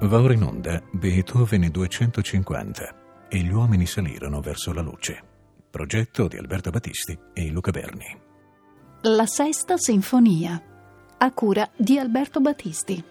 Va ora in onda Beethoven 250 e gli uomini salirono verso la luce. Progetto di Alberto Battisti e Luca Berni. La sesta sinfonia, a cura di Alberto Battisti.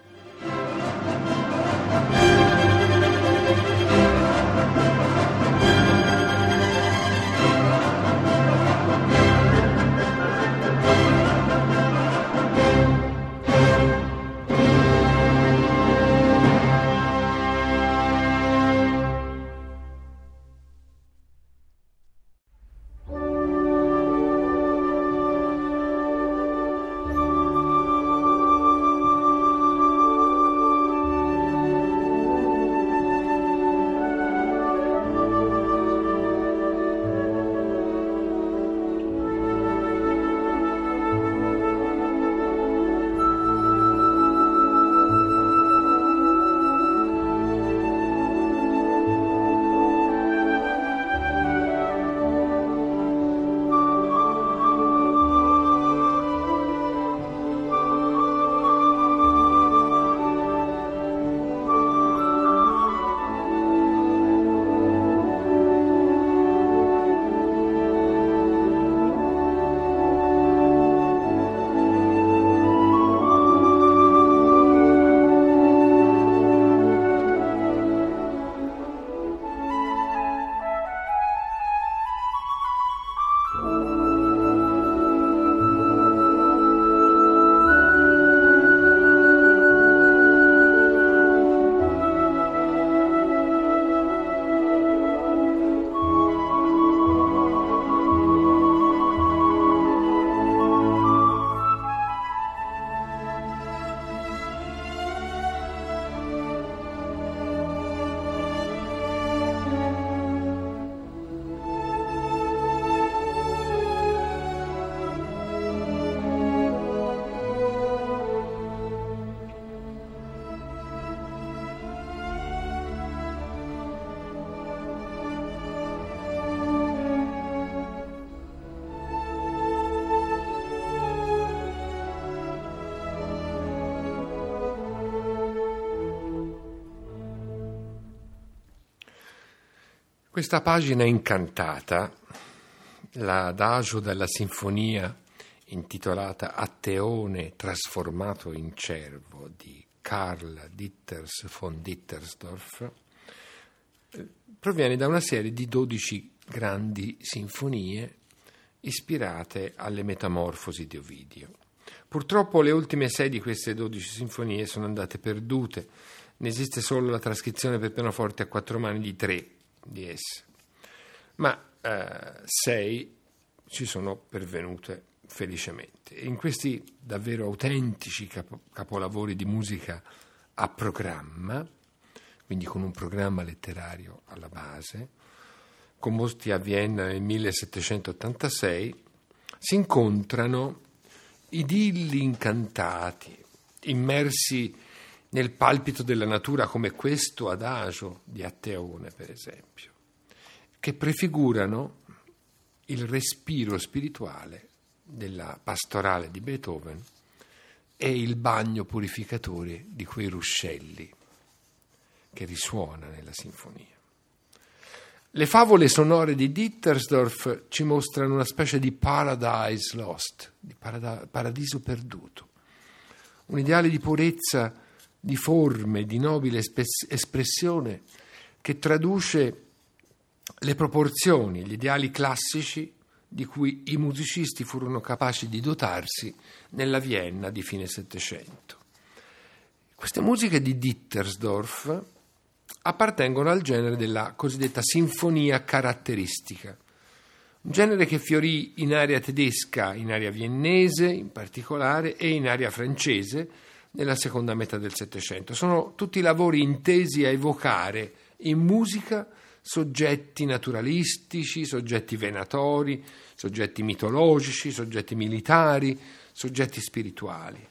Questa pagina incantata, l'adagio della sinfonia intitolata Atteone trasformato in cervo di Karl Ditters von Dittersdorf, proviene da una serie di 12 grandi sinfonie ispirate alle Metamorfosi di Ovidio. Purtroppo le ultime 6 di queste 12 sinfonie sono andate perdute, ne esiste solo la trascrizione per pianoforte a 4 mani di 3 di esse, ma 6 ci sono pervenute felicemente. E in questi davvero autentici capolavori di musica a programma, quindi con un programma letterario alla base, composti a Vienna nel 1786, si incontrano idilli incantati, immersi nel palpito della natura, come questo adagio di Atteone, per esempio, che prefigurano il respiro spirituale della pastorale di Beethoven e il bagno purificatore di quei ruscelli che risuona nella sinfonia. Le favole sonore di Dittersdorf ci mostrano una specie di paradise lost, di paradiso perduto, un ideale di purezza, di forme, di nobile espressione che traduce le proporzioni, gli ideali classici di cui i musicisti furono capaci di dotarsi nella Vienna di fine Settecento. Queste musiche di Dittersdorf appartengono al genere della cosiddetta sinfonia caratteristica, un genere che fiorì in area tedesca, in area viennese in particolare, e in area francese nella seconda metà del Settecento. Sono tutti lavori intesi a evocare in musica soggetti naturalistici, soggetti venatori, soggetti mitologici, soggetti militari, soggetti spirituali.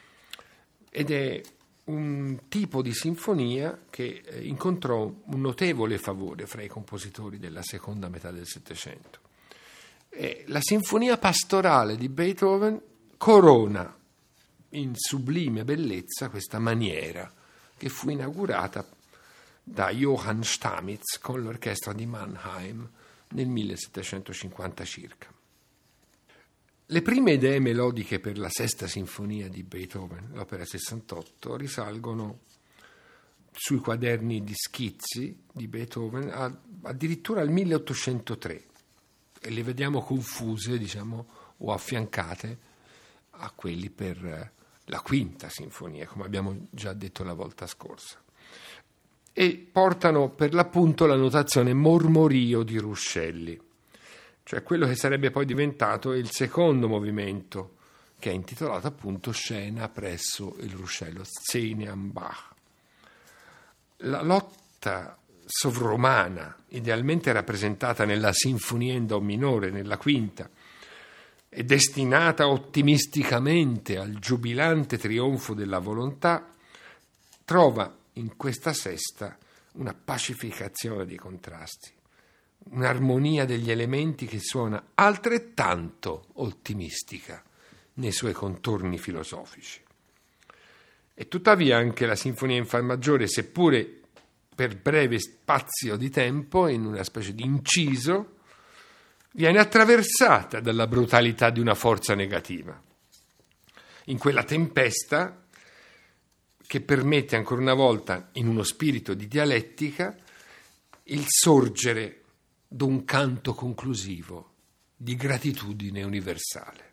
Ed è un tipo di sinfonia che incontrò un notevole favore fra i compositori della seconda metà del Settecento. La sinfonia pastorale di Beethoven corona in sublime bellezza questa maniera che fu inaugurata da Johann Stamitz con l'orchestra di Mannheim nel 1750 circa. Le prime idee melodiche per la Sesta Sinfonia di Beethoven, l'opera 68, risalgono sui quaderni di schizzi di Beethoven addirittura al 1803 e le vediamo confuse, o affiancate a quelli per la Quinta Sinfonia, come abbiamo già detto la volta scorsa. E portano per l'appunto la notazione mormorio di Ruscelli, cioè quello che sarebbe poi diventato il secondo movimento, che è intitolato appunto Scena presso il ruscello, Szene am Bach. La lotta sovrumana, idealmente rappresentata nella Sinfonia in Do minore, nella quinta, è destinata ottimisticamente al giubilante trionfo della volontà, trova in questa sesta una pacificazione dei contrasti, un'armonia degli elementi che suona altrettanto ottimistica nei suoi contorni filosofici. E tuttavia anche la Sinfonia in Fa maggiore, seppure per breve spazio di tempo, in una specie di inciso, viene attraversata dalla brutalità di una forza negativa. In quella tempesta che permette ancora una volta, in uno spirito di dialettica, il sorgere d'un canto conclusivo di gratitudine universale.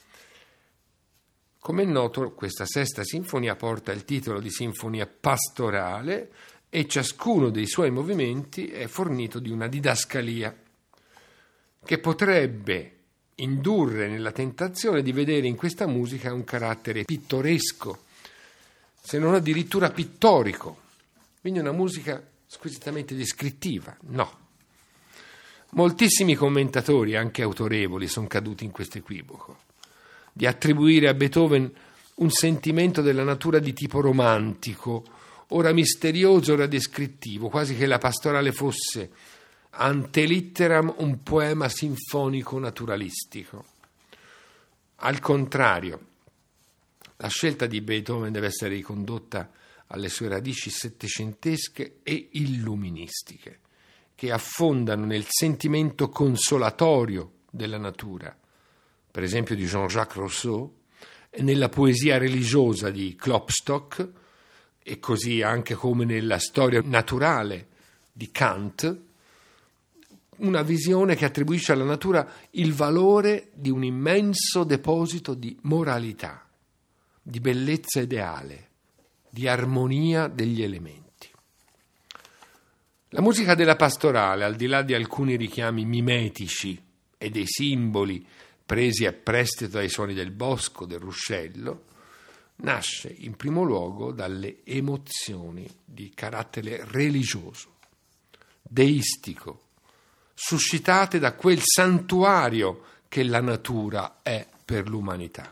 Come è noto, questa Sesta Sinfonia porta il titolo di Sinfonia pastorale e ciascuno dei suoi movimenti è fornito di una didascalia che potrebbe indurre nella tentazione di vedere in questa musica un carattere pittoresco, se non addirittura pittorico, quindi una musica squisitamente descrittiva. No. Moltissimi commentatori, anche autorevoli, sono caduti in questo equivoco di attribuire a Beethoven un sentimento della natura di tipo romantico, ora misterioso, ora descrittivo, quasi che la pastorale fosse ante litteram un poema sinfonico naturalistico. Al contrario, la scelta di Beethoven deve essere ricondotta alle sue radici settecentesche e illuministiche, che affondano nel sentimento consolatorio della natura, per esempio di Jean-Jacques Rousseau, e nella poesia religiosa di Klopstock, e così anche come nella storia naturale di Kant, una visione che attribuisce alla natura il valore di un immenso deposito di moralità, di bellezza ideale, di armonia degli elementi. La musica della pastorale, al di là di alcuni richiami mimetici e dei simboli presi a prestito dai suoni del bosco, del ruscello, nasce in primo luogo dalle emozioni di carattere religioso, deistico, suscitate da quel santuario che la natura è per l'umanità.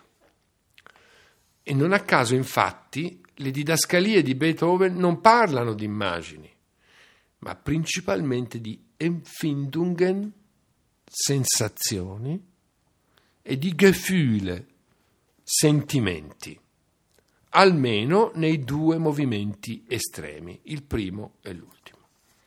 E non a caso, infatti, le didascalie di Beethoven non parlano di immagini, ma principalmente di Empfindungen, sensazioni, e di Gefühle, sentimenti, almeno nei due movimenti estremi, il primo e l'ultimo.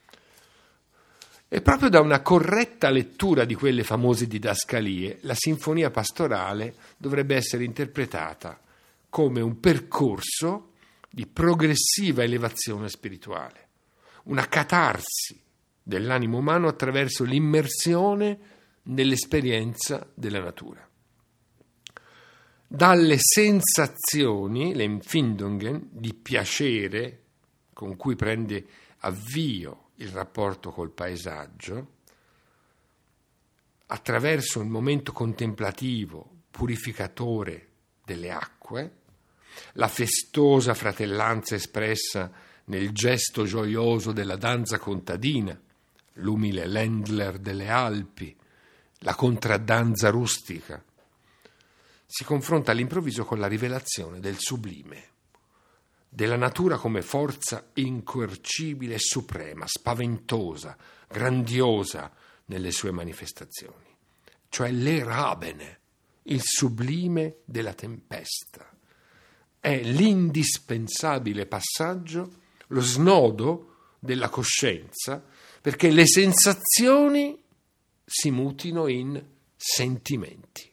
E proprio da una corretta lettura di quelle famose didascalie, la Sinfonia pastorale dovrebbe essere interpretata come un percorso di progressiva elevazione spirituale, una catarsi dell'animo umano attraverso l'immersione nell'esperienza della natura. Dalle sensazioni, le Empfindungen, di piacere con cui prende avvio il rapporto col paesaggio, attraverso il momento contemplativo, purificatore delle acque, la festosa fratellanza espressa nel gesto gioioso della danza contadina, l'umile Ländler delle Alpi, la contraddanza rustica, si confronta all'improvviso con la rivelazione del sublime, della natura come forza incoercibile e suprema, spaventosa, grandiosa nelle sue manifestazioni, cioè l'erhabene, il sublime della tempesta, è l'indispensabile passaggio, lo snodo della coscienza, perché le sensazioni si mutino in sentimenti,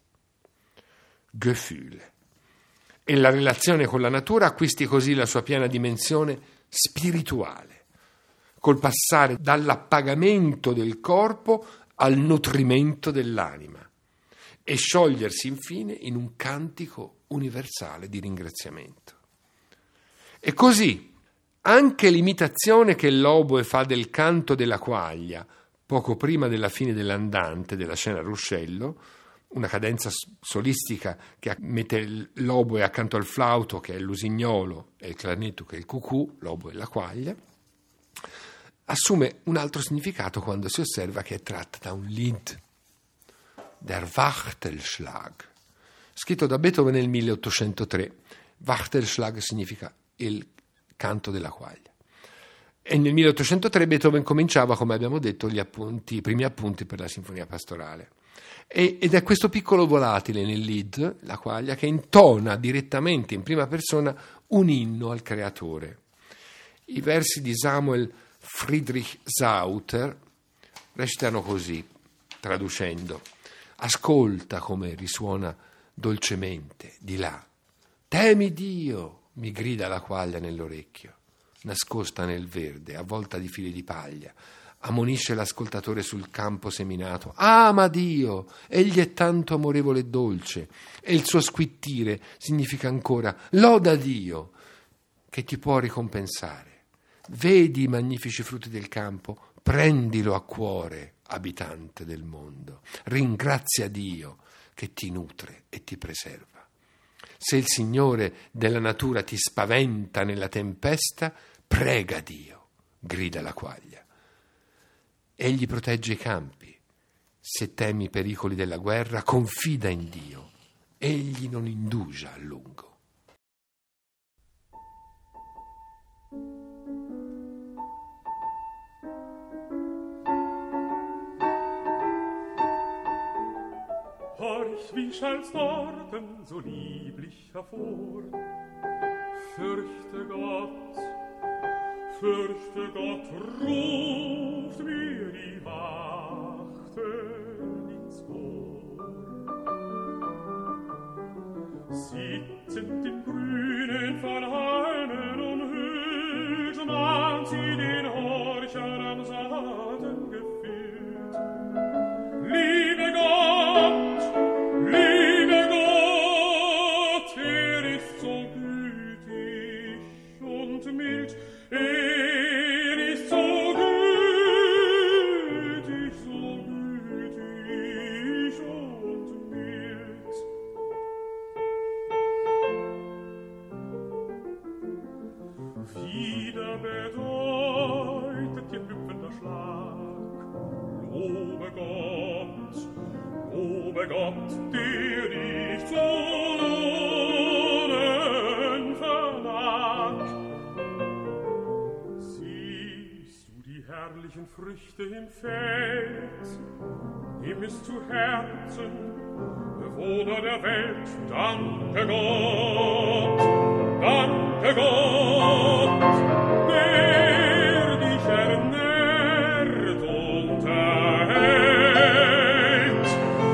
Gefühle, e la relazione con la natura acquisti così la sua piena dimensione spirituale, col passare dall'appagamento del corpo al nutrimento dell'anima e sciogliersi infine in un cantico universale di ringraziamento. E così anche l'imitazione che l'oboe fa del canto della quaglia poco prima della fine dell'andante della scena Ruscello, una cadenza solistica che mette l'oboe accanto al flauto, che è l'usignolo, e il clarinetto, che è il cucù, l'oboe e la quaglia, assume un altro significato quando si osserva che è tratta da un Lied, der Wachtelschlag, scritto da Beethoven nel 1803. Wachtelschlag significa il canto della quaglia. E nel 1803 Beethoven cominciava, come abbiamo detto, i primi appunti per la sinfonia pastorale. Ed è questo piccolo volatile nel Lied, la quaglia, che intona direttamente in prima persona un inno al creatore. I versi di Samuel Friedrich Sauter recitano così, traducendo: ascolta come risuona dolcemente di là. Temi Dio, mi grida la quaglia nell'orecchio, nascosta nel verde, avvolta di fili di paglia. Ammonisce l'ascoltatore sul campo seminato. Ama Dio, egli è tanto amorevole e dolce. E il suo squittire significa ancora loda Dio, che ti può ricompensare. Vedi i magnifici frutti del campo, prendilo a cuore, abitante del mondo. Ringrazia Dio che ti nutre e ti preserva. Se il Signore della natura ti spaventa nella tempesta, prega Dio, grida la quaglia. Egli protegge i campi. Se temi i pericoli della guerra, confida in Dio. Egli non indugia a lungo. Horch, wie schallt's Norden so lieblich hervor. Fürchte Gott, ruft mir die Wachten ins Ohr. Sitzend im Grünen von Halmen umhüllt, mahnt sie den Horcher am Saaten gefüllt. Liebe Gott, er ist so gütig und mild, er ist so gütig und mild. Wieder bedeutet ihr hüpfender Schlag. Lobe Gott, der dich zu lohnen vermag. Siehst du die herrlichen Früchte im Feld, nimm es zu Herzen, Bewohner der Welt, danke Gott, der dich ernährt und erhält,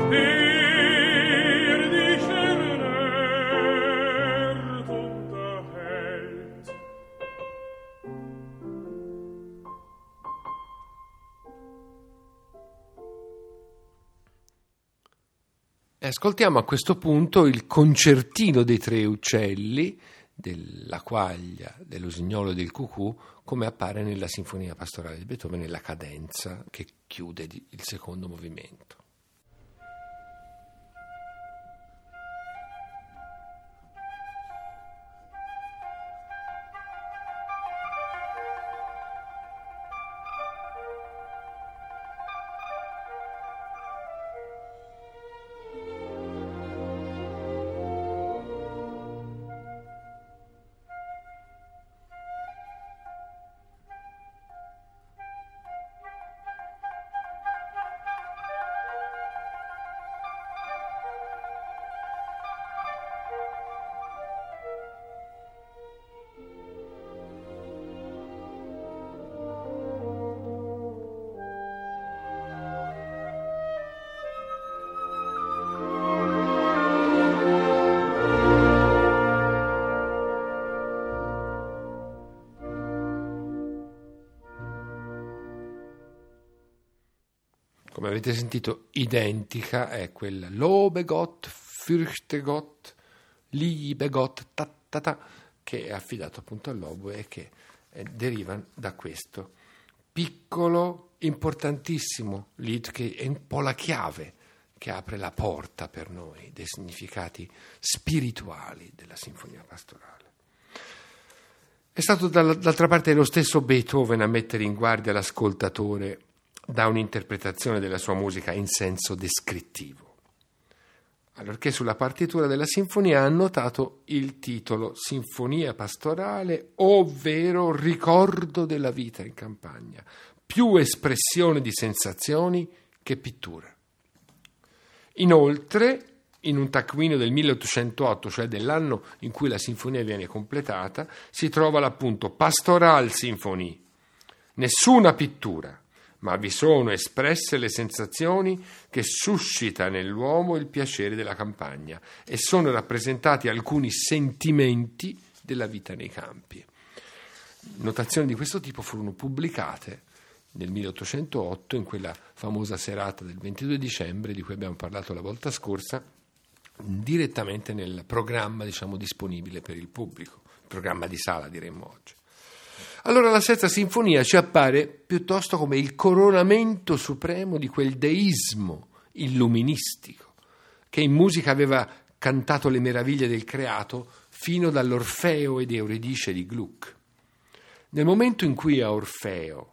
der dich ernährt und erhält. Ascoltiamo a questo punto il concertino dei tre uccelli, della quaglia, dell'usignolo e del cucù, come appare nella sinfonia pastorale di Beethoven, nella cadenza che chiude il secondo movimento. come avete sentito, identica è quella Lobe Gott, fürchte Gott, liebe Gott, ta ta ta, che è affidato appunto all'oboe e che deriva da questo piccolo, importantissimo lied che è un po' la chiave che apre la porta per noi dei significati spirituali della sinfonia pastorale. È stato d'altra parte lo stesso Beethoven a mettere in guardia l'ascoltatore da un'interpretazione della sua musica in senso descrittivo, allorché sulla partitura della sinfonia ha annotato il titolo Sinfonia pastorale, ovvero ricordo della vita in campagna, più espressione di sensazioni che pittura. Inoltre, in un taccuino del 1808, cioè dell'anno in cui la sinfonia viene completata, si trova l'appunto Pastoral Sinfonie. Nessuna pittura, ma vi sono espresse le sensazioni che suscita nell'uomo il piacere della campagna e sono rappresentati alcuni sentimenti della vita nei campi. Notazioni di questo tipo furono pubblicate nel 1808, in quella famosa serata del 22 dicembre di cui abbiamo parlato la volta scorsa, direttamente nel programma, disponibile per il pubblico, il programma di sala diremmo oggi. Allora la Sesta Sinfonia ci appare piuttosto come il coronamento supremo di quel deismo illuministico che in musica aveva cantato le meraviglie del creato fino dall'Orfeo ed Euridice di Gluck. Nel momento in cui a Orfeo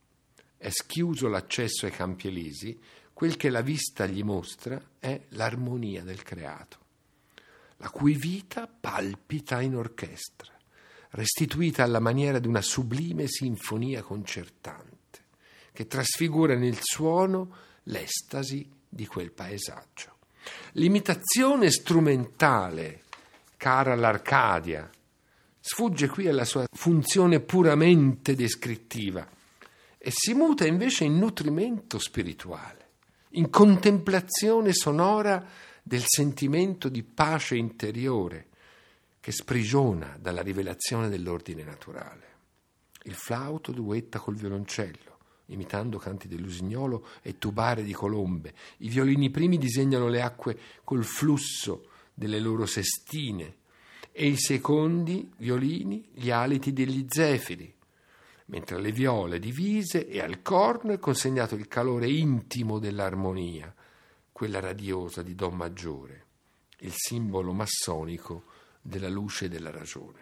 è schiuso l'accesso ai Campi Elisi, quel che la vista gli mostra è l'armonia del creato, la cui vita palpita in orchestra, restituita alla maniera di una sublime sinfonia concertante, che trasfigura nel suono l'estasi di quel paesaggio. L'imitazione strumentale, cara all'Arcadia, sfugge qui alla sua funzione puramente descrittiva e si muta invece in nutrimento spirituale, in contemplazione sonora del sentimento di pace interiore che sprigiona dalla rivelazione dell'ordine naturale. Il flauto duetta col violoncello, imitando canti dell'usignolo e tubare di colombe. I violini primi disegnano le acque col flusso delle loro sestine e i secondi violini gli aliti degli zefiri, mentre alle viole divise e al corno è consegnato il calore intimo dell'armonia, quella radiosa di Do maggiore, il simbolo massonico della luce e della ragione.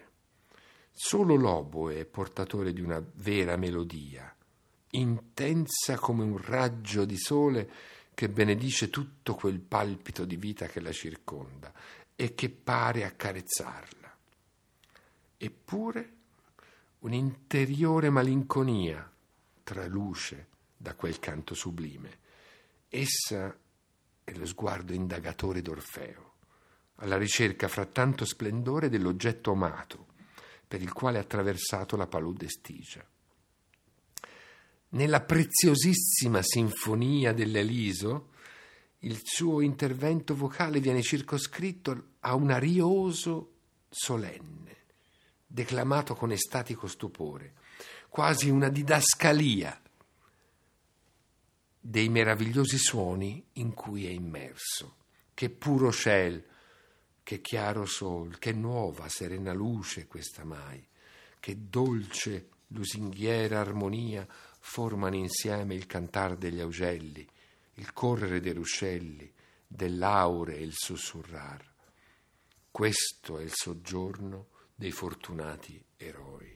Solo l'oboe è portatore di una vera melodia, intensa come un raggio di sole che benedice tutto quel palpito di vita che la circonda e che pare accarezzarla. Eppure un'interiore malinconia traluce da quel canto sublime. Essa è lo sguardo indagatore d'Orfeo, alla ricerca fra tanto splendore dell'oggetto amato, per il quale ha attraversato la palude stigia. Nella preziosissima sinfonia dell'Eliso, il suo intervento vocale viene circoscritto a un arioso solenne, declamato con estatico stupore, quasi una didascalia dei meravigliosi suoni in cui è immerso. Che puro ciel, che chiaro sol, che nuova serena luce questa mai, che dolce lusinghiera armonia formano insieme il cantar degli augelli, il correre dei ruscelli, dell'aure e il sussurrar. Questo è il soggiorno dei fortunati eroi.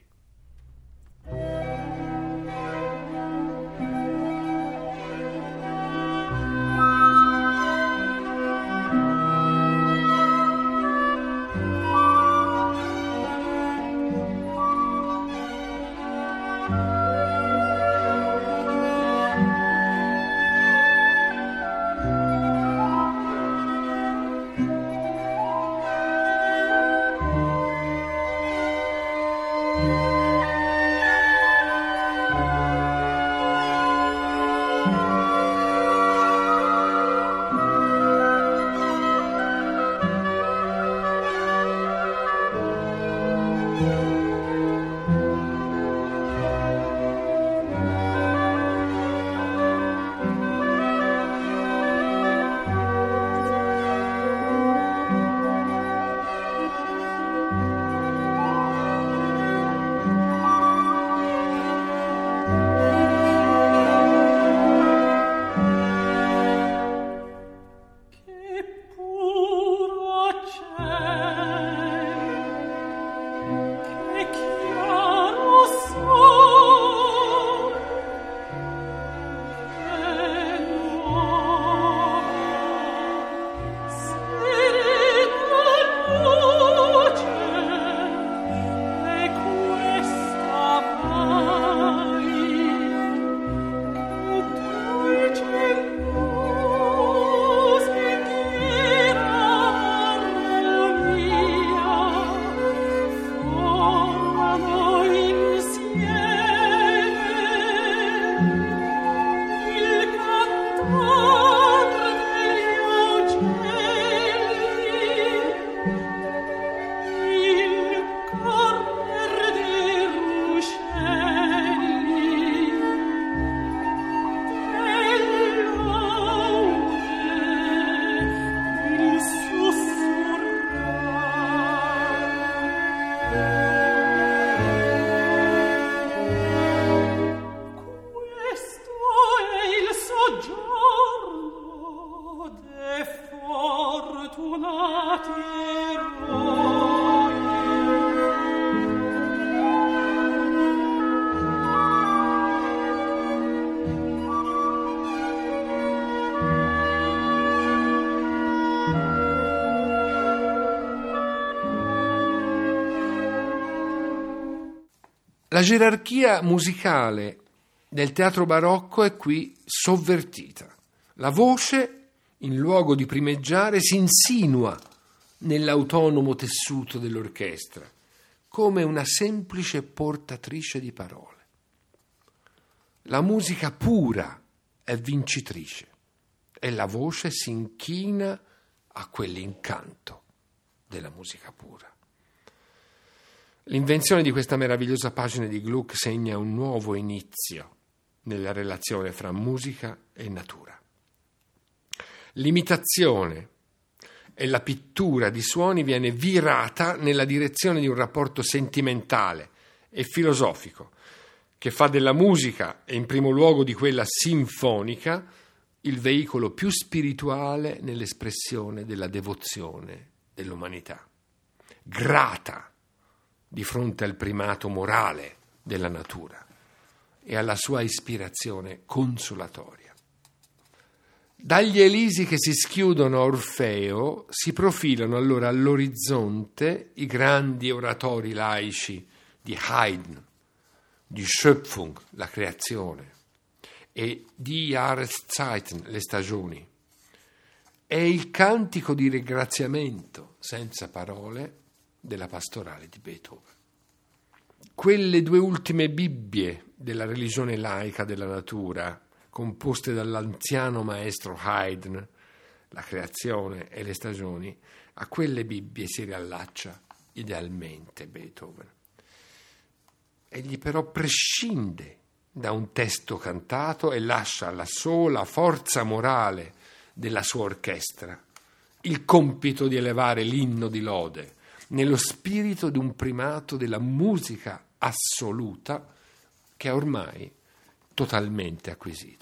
La gerarchia musicale del teatro barocco è qui sovvertita. La voce, in luogo di primeggiare, si insinua nell'autonomo tessuto dell'orchestra, come una semplice portatrice di parole. La musica pura è vincitrice e la voce si inchina a quell'incanto della musica pura. L'invenzione di questa meravigliosa pagina di Gluck segna un nuovo inizio nella relazione fra musica e natura. L'imitazione e la pittura di suoni viene virata nella direzione di un rapporto sentimentale e filosofico che fa della musica, e in primo luogo di quella sinfonica, il veicolo più spirituale nell'espressione della devozione dell'umanità, grata di fronte al primato morale della natura e alla sua ispirazione consolatoria. Dagli Elisi che si schiudono a Orfeo si profilano allora all'orizzonte i grandi oratori laici di Haydn, di Schöpfung, la creazione, e di Jahreszeiten, le stagioni. È il cantico di ringraziamento, senza parole, della pastorale di Beethoven. Quelle due ultime Bibbie della religione laica della natura, composte dall'anziano maestro Haydn, la creazione e le stagioni, a quelle Bibbie si riallaccia idealmente Beethoven. Egli però prescinde da un testo cantato e lascia alla sola forza morale della sua orchestra il compito di elevare l'inno di lode nello spirito di un primato della musica assoluta che è ormai totalmente acquisito.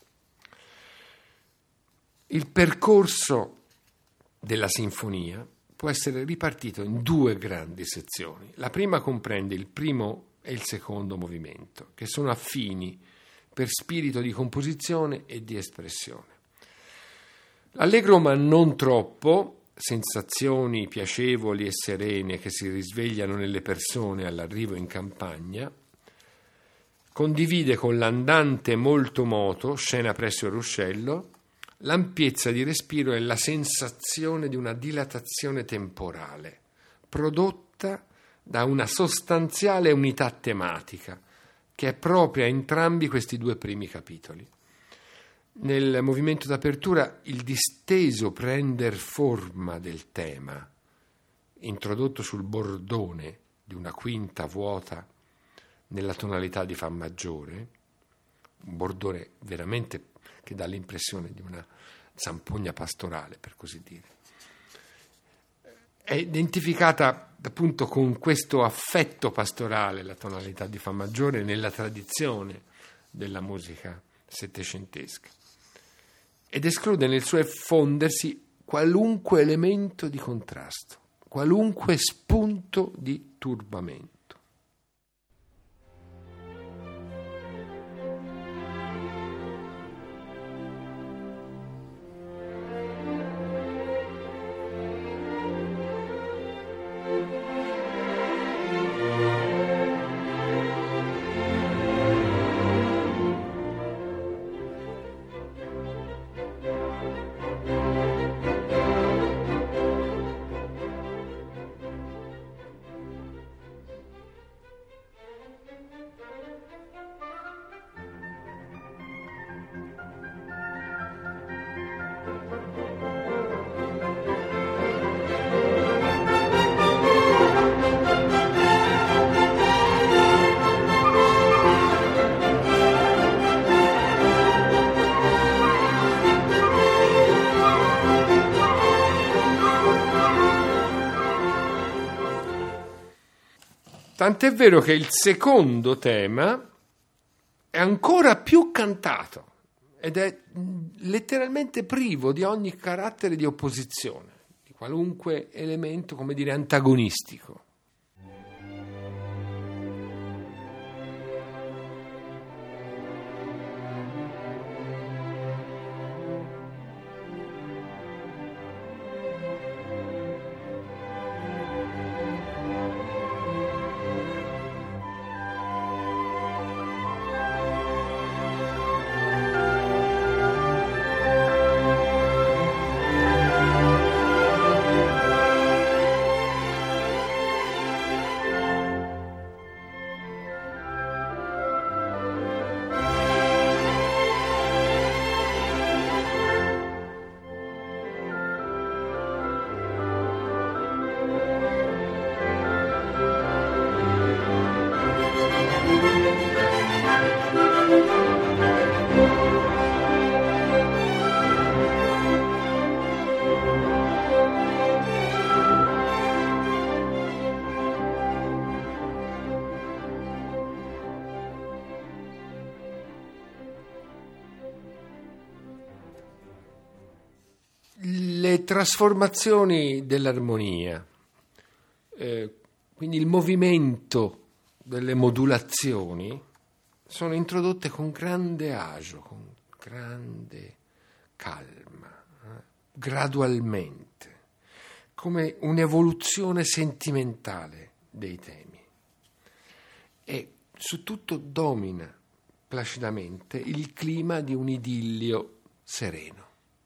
Il percorso della sinfonia può essere ripartito in due grandi sezioni. La prima comprende il primo e il secondo movimento, che sono affini per spirito di composizione e di espressione. L'allegro ma non troppo, sensazioni piacevoli e serene che si risvegliano nelle persone all'arrivo in campagna, condivide con l'andante molto moto, scena presso il ruscello, l'ampiezza di respiro e la sensazione di una dilatazione temporale, prodotta da una sostanziale unità tematica che è propria a entrambi questi due primi capitoli. Nel movimento d'apertura il disteso prender forma del tema, introdotto sul bordone di una quinta vuota nella tonalità di fa maggiore, un bordone veramente che dà l'impressione di una zampogna pastorale, per così dire. È identificata appunto con questo affetto pastorale, la tonalità di fa maggiore, nella tradizione della musica settecentesca, ed esclude nel suo effondersi qualunque elemento di contrasto, qualunque spunto di turbamento. Tant'è vero che il secondo tema è ancora più cantato ed è letteralmente privo di ogni carattere di opposizione, di qualunque elemento, come dire, antagonistico. le trasformazioni dell'armonia, quindi il movimento delle modulazioni, sono introdotte con grande agio, con grande calma, gradualmente, come un'evoluzione sentimentale dei temi. E su tutto domina placidamente il clima di un idillio sereno.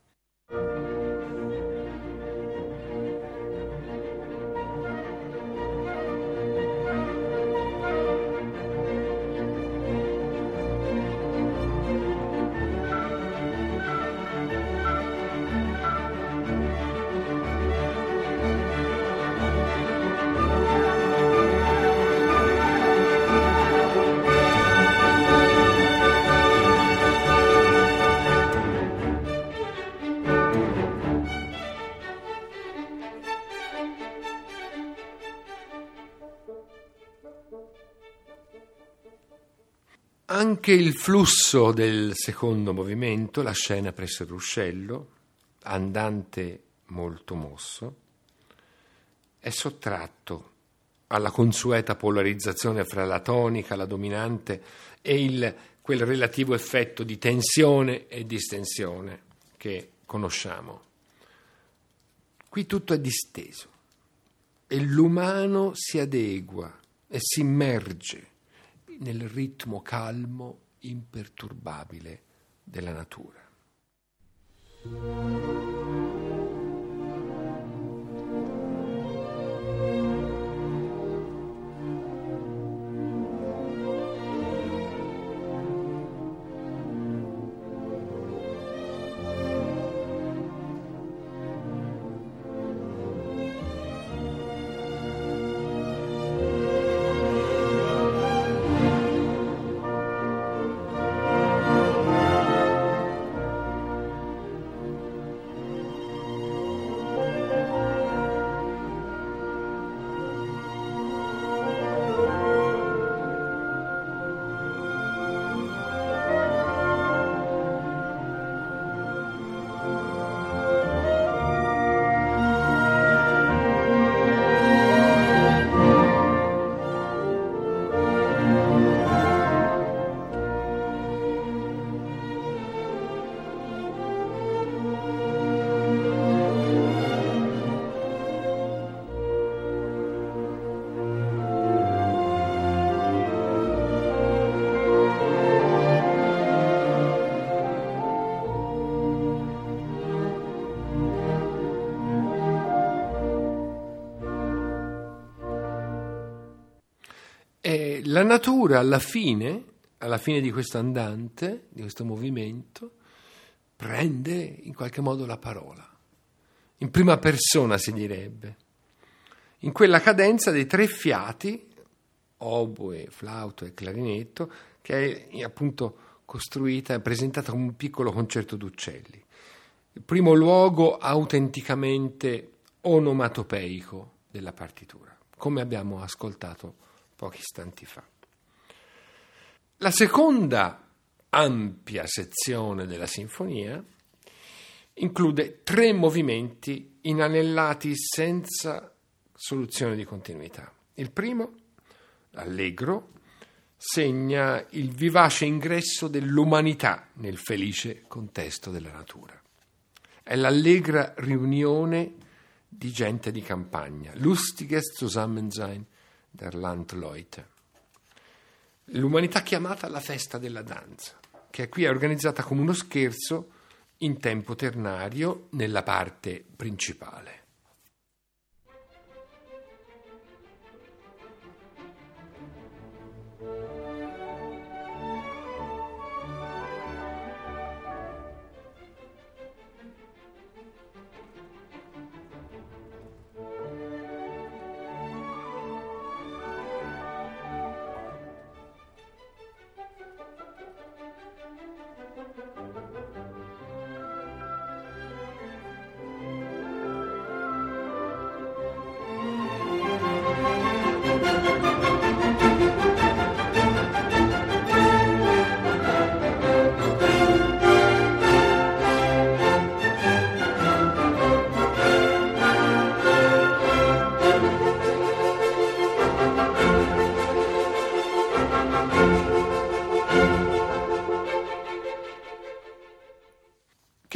Anche il flusso del secondo movimento, la scena presso il ruscello, andante molto mosso, è sottratto alla consueta polarizzazione fra la tonica, la dominante e quel relativo effetto di tensione e distensione che conosciamo. Qui tutto è disteso e l'umano si adegua e si immerge nel ritmo calmo, imperturbabile della natura. E la natura alla fine di questo andante, di questo movimento, prende in qualche modo la parola. In prima persona si direbbe. In quella cadenza dei tre fiati, oboe, flauto e clarinetto, che è appunto costruita e presentata come un piccolo concerto d'uccelli. Il primo luogo autenticamente onomatopeico della partitura, come abbiamo ascoltato pochi istanti fa. La seconda ampia sezione della sinfonia include 3 movimenti inanellati senza soluzione di continuità. Il primo, allegro, segna il vivace ingresso dell'umanità nel felice contesto della natura. È l'allegra riunione di gente di campagna, lustiges Zusammensein der Landleute. L'umanità chiamata alla festa della danza, che qui è organizzata come uno scherzo in tempo ternario nella parte principale.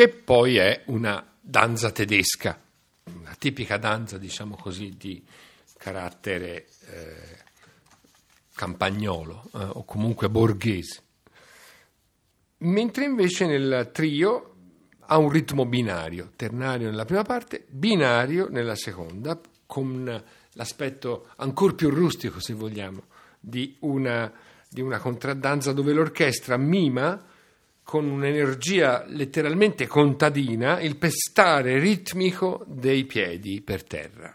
che poi è una danza tedesca, una tipica danza, diciamo così, di carattere campagnolo o comunque borghese. Mentre invece nel trio ha un ritmo binario, ternario nella prima parte, binario nella seconda, con l'aspetto ancora più rustico, se vogliamo, di una contraddanza dove l'orchestra mima con un'energia letteralmente contadina il pestare ritmico dei piedi per terra.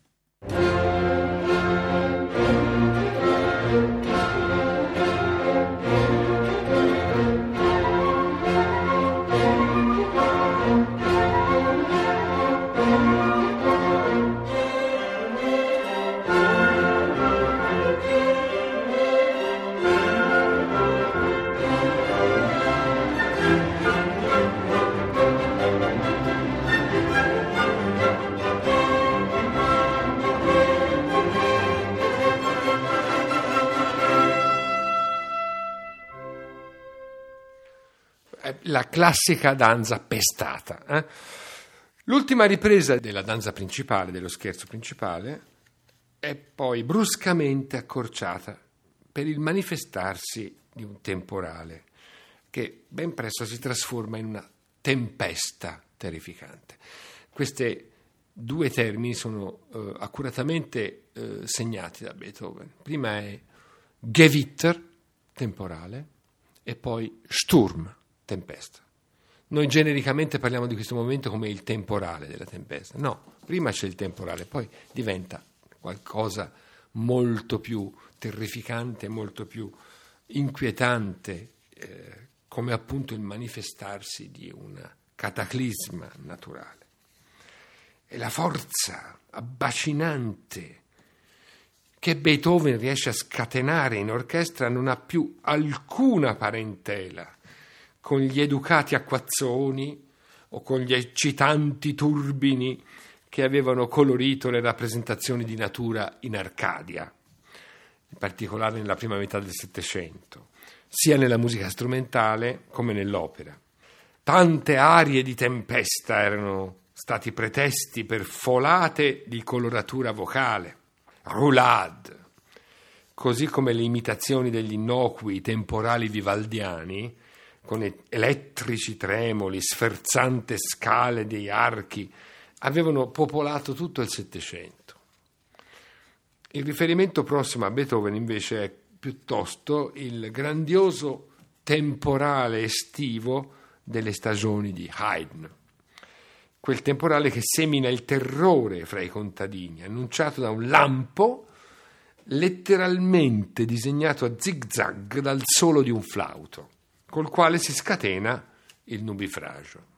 La classica danza pestata. L'ultima ripresa della danza principale, dello scherzo principale, è poi bruscamente accorciata per il manifestarsi di un temporale che ben presto si trasforma in una tempesta terrificante. Questi due termini sono accuratamente segnati da Beethoven. Prima è Gewitter, temporale, e poi Sturm, tempesta. Noi genericamente parliamo di questo momento come il temporale della tempesta. No, prima c'è il temporale, poi diventa qualcosa molto più terrificante, molto più inquietante, come appunto il manifestarsi di un cataclisma naturale. E la forza abbacinante che Beethoven riesce a scatenare in orchestra non ha più alcuna parentela con gli educati acquazzoni o con gli eccitanti turbini che avevano colorito le rappresentazioni di natura in Arcadia, in particolare nella prima metà del Settecento, sia nella musica strumentale come nell'opera. Tante arie di tempesta erano stati pretesti per folate di coloratura vocale, roulade, così come le imitazioni degli innocui temporali vivaldiani, con elettrici tremoli, sferzante scale dei archi, avevano popolato tutto il Settecento. Il riferimento prossimo a Beethoven invece è piuttosto il grandioso temporale estivo delle stagioni di Haydn, quel temporale che semina il terrore fra i contadini, annunciato da un lampo letteralmente disegnato a zigzag dal solo di un flauto, col quale si scatena il nubifragio.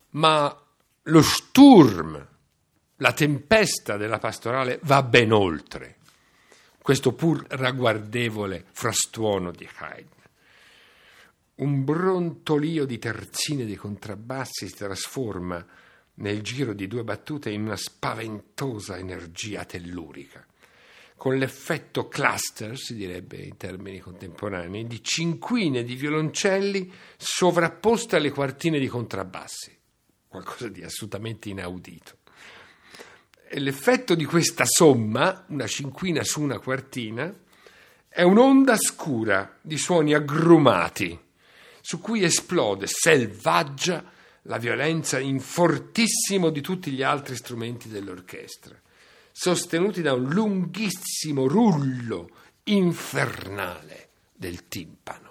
ma lo Sturm, la tempesta della pastorale, va ben oltre questo pur ragguardevole frastuono di Haydn. Un brontolio di terzine e di contrabbassi si trasforma nel giro di 2 battute in una spaventosa energia tellurica, con l'effetto cluster, si direbbe in termini contemporanei, di cinquine di violoncelli sovrapposte alle quartine di contrabbassi, qualcosa di assolutamente inaudito. E l'effetto di questa somma, una cinquina su una quartina, è un'onda scura di suoni aggrumati, su cui esplode selvaggia la violenza in fortissimo di tutti gli altri strumenti dell'orchestra, sostenuti da un lunghissimo rullo infernale del timpano.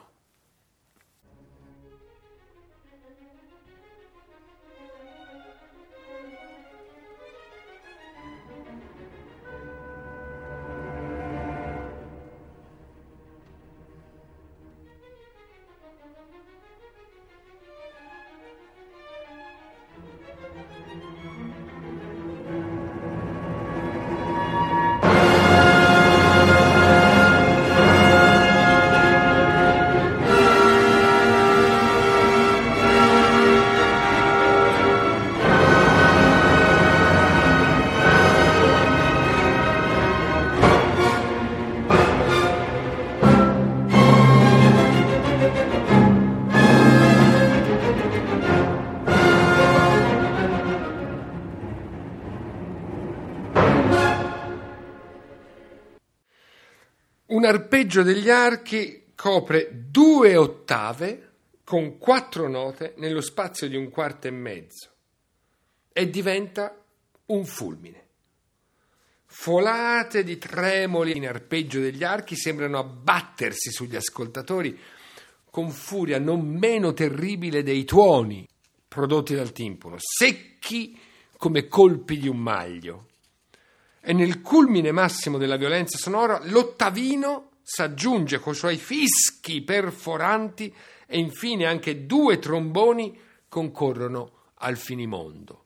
Un arpeggio degli archi copre 2 ottave con 4 note nello spazio di 1/4 mezzo e diventa un fulmine. Folate di tremoli in arpeggio degli archi sembrano abbattersi sugli ascoltatori con furia non meno terribile dei tuoni prodotti dal timpano, secchi come colpi di un maglio. E nel culmine massimo della violenza sonora l'ottavino s'aggiunge coi suoi fischi perforanti e infine anche 2 tromboni concorrono al finimondo.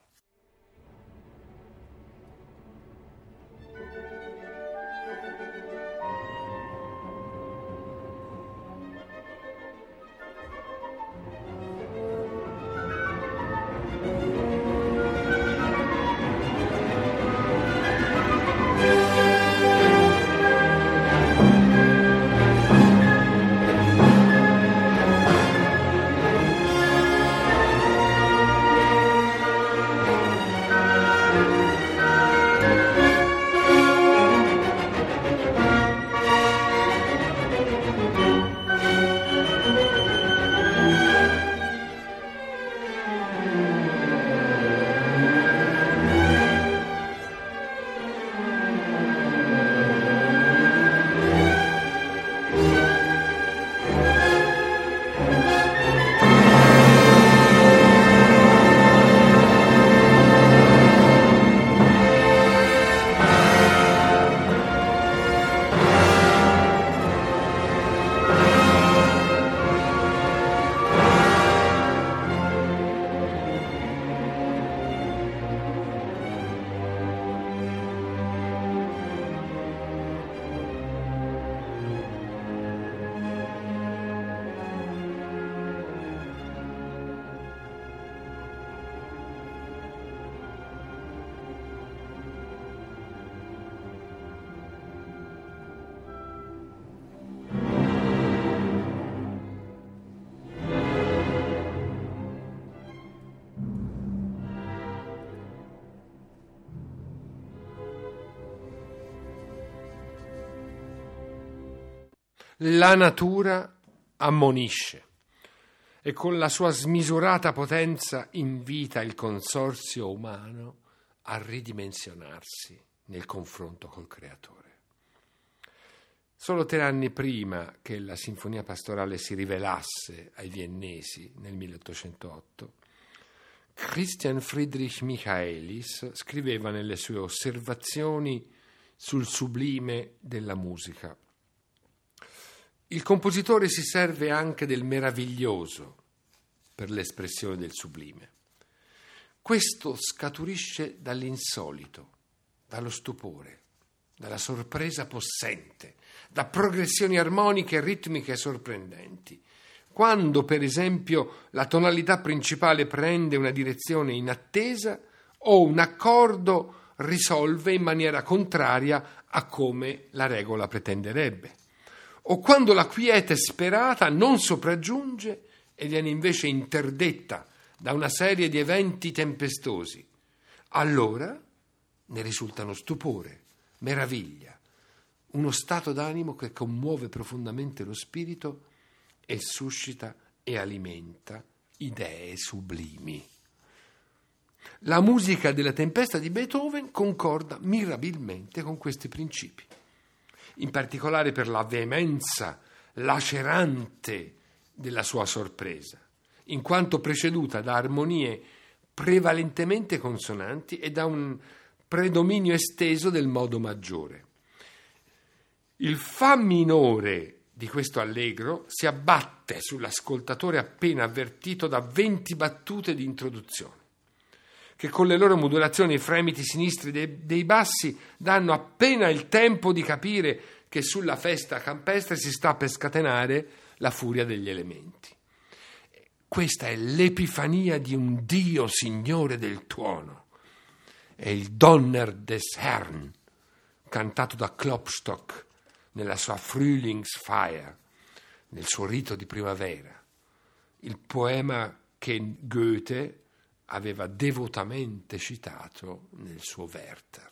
La natura ammonisce e con la sua smisurata potenza invita il consorzio umano a ridimensionarsi nel confronto col creatore. Solo 3 anni prima che la Sinfonia Pastorale si rivelasse ai viennesi nel 1808, Christian Friedrich Michaelis scriveva nelle sue osservazioni sul sublime della musica: il compositore si serve anche del meraviglioso per l'espressione del sublime. Questo scaturisce dall'insolito, dallo stupore, dalla sorpresa possente, da progressioni armoniche e ritmiche sorprendenti. Quando, per esempio, la tonalità principale prende una direzione inattesa o un accordo risolve in maniera contraria a come la regola pretenderebbe, o quando la quiete sperata non sopraggiunge e viene invece interdetta da una serie di eventi tempestosi. Allora ne risultano stupore, meraviglia, uno stato d'animo che commuove profondamente lo spirito e suscita e alimenta idee sublimi. La musica della Tempesta di Beethoven concorda mirabilmente con questi principi, in particolare per la veemenza lacerante della sua sorpresa, in quanto preceduta da armonie prevalentemente consonanti e da un predominio esteso del modo maggiore. Il fa minore di questo allegro si abbatte sull'ascoltatore appena avvertito da 20 battute di introduzione, che con le loro modulazioni e fremiti sinistri dei bassi danno appena il tempo di capire che sulla festa campestre si sta per scatenare la furia degli elementi. Questa è l'epifania di un Dio Signore del tuono. È il Donner des Herrn, cantato da Klopstock nella sua Frühlingsfeier, nel suo rito di primavera, il poema che Goethe aveva devotamente citato nel suo Werther.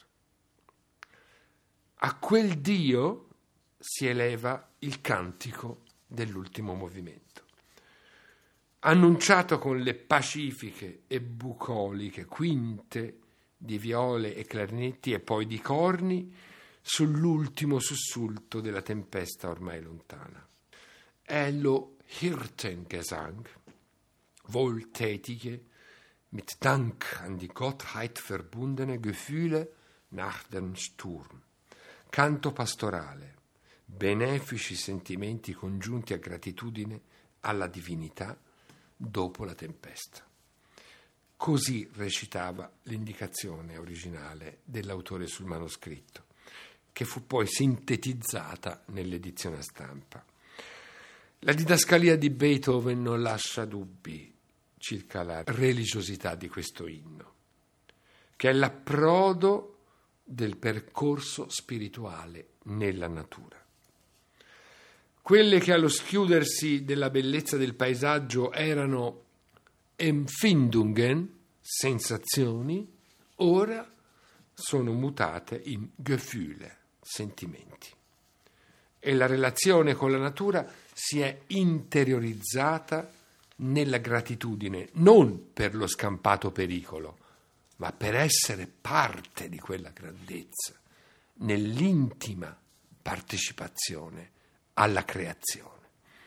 A quel Dio si eleva il cantico dell'ultimo movimento, annunciato con le pacifiche e bucoliche quinte di viole e clarinetti e poi di corni sull'ultimo sussulto della tempesta ormai lontana. È lo Hirtengesang, wohltätige, mit Dank an die Gottheit verbundene Gefühle nach dem Sturm. Canto pastorale, benefici sentimenti congiunti a gratitudine alla divinità dopo la tempesta. Così recitava l'indicazione originale dell'autore sul manoscritto, che fu poi sintetizzata nell'edizione a stampa. La didascalia di Beethoven non lascia dubbi circa la religiosità di questo inno, che è l'approdo del percorso spirituale nella natura. Quelle che allo schiudersi della bellezza del paesaggio erano Empfindungen, sensazioni, ora sono mutate in Gefühle, sentimenti. E la relazione con la natura si è interiorizzata nella gratitudine, non per lo scampato pericolo, ma per essere parte di quella grandezza, nell'intima partecipazione alla creazione.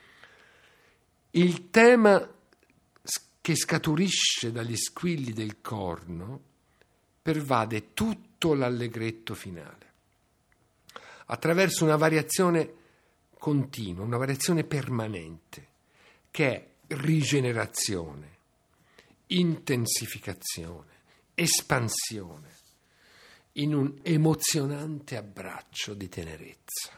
Il tema che scaturisce dagli squilli del corno pervade tutto l'allegretto finale, attraverso una variazione continua, una variazione permanente, che è rigenerazione, intensificazione, espansione, in un emozionante abbraccio di tenerezza.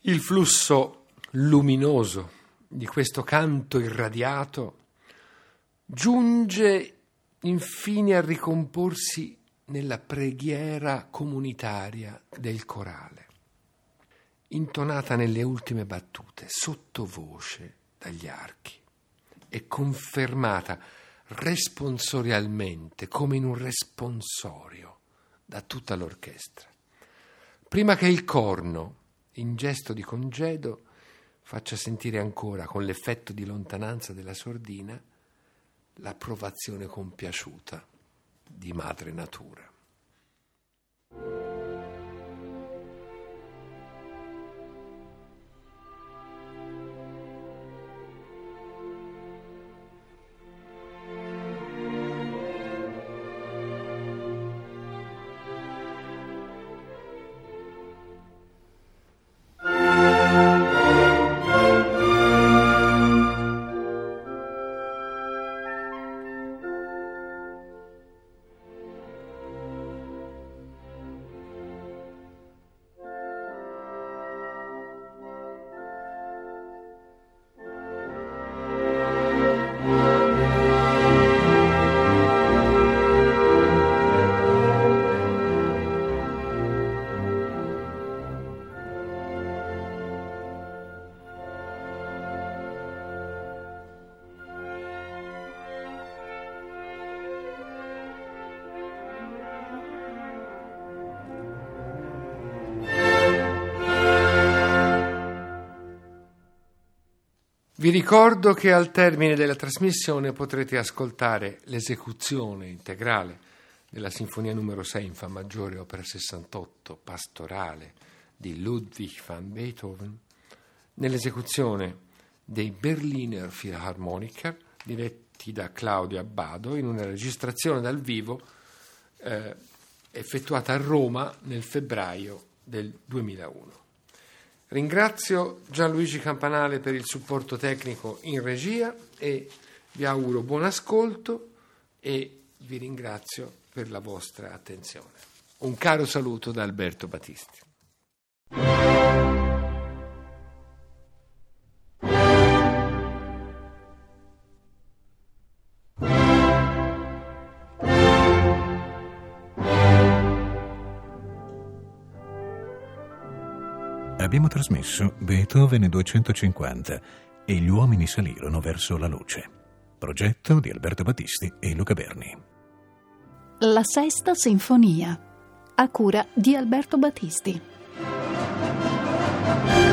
Il flusso luminoso di questo canto irradiato giunge infine a ricomporsi nella preghiera comunitaria del corale, intonata nelle ultime battute, sottovoce dagli archi e confermata responsorialmente, come in un responsorio, da tutta l'orchestra, prima che il corno, in gesto di congedo, faccia sentire ancora, con l'effetto di lontananza della sordina, l'approvazione compiaciuta di madre natura. Vi ricordo che al termine della trasmissione potrete ascoltare l'esecuzione integrale della Sinfonia numero 6 in Fa maggiore, opera 68, pastorale di Ludwig van Beethoven, nell'esecuzione dei Berliner Philharmoniker, diretti da Claudio Abbado, in una registrazione dal vivo effettuata a Roma nel febbraio del 2001. Ringrazio Gianluigi Campanale per il supporto tecnico in regia e vi auguro buon ascolto e vi ringrazio per la vostra attenzione. Un caro saluto da Alberto Battisti. Abbiamo trasmesso Beethoven 250 e gli uomini salirono verso la luce. Progetto di Alberto Battisti e Luca Berni. La Sesta Sinfonia, a cura di Alberto Battisti.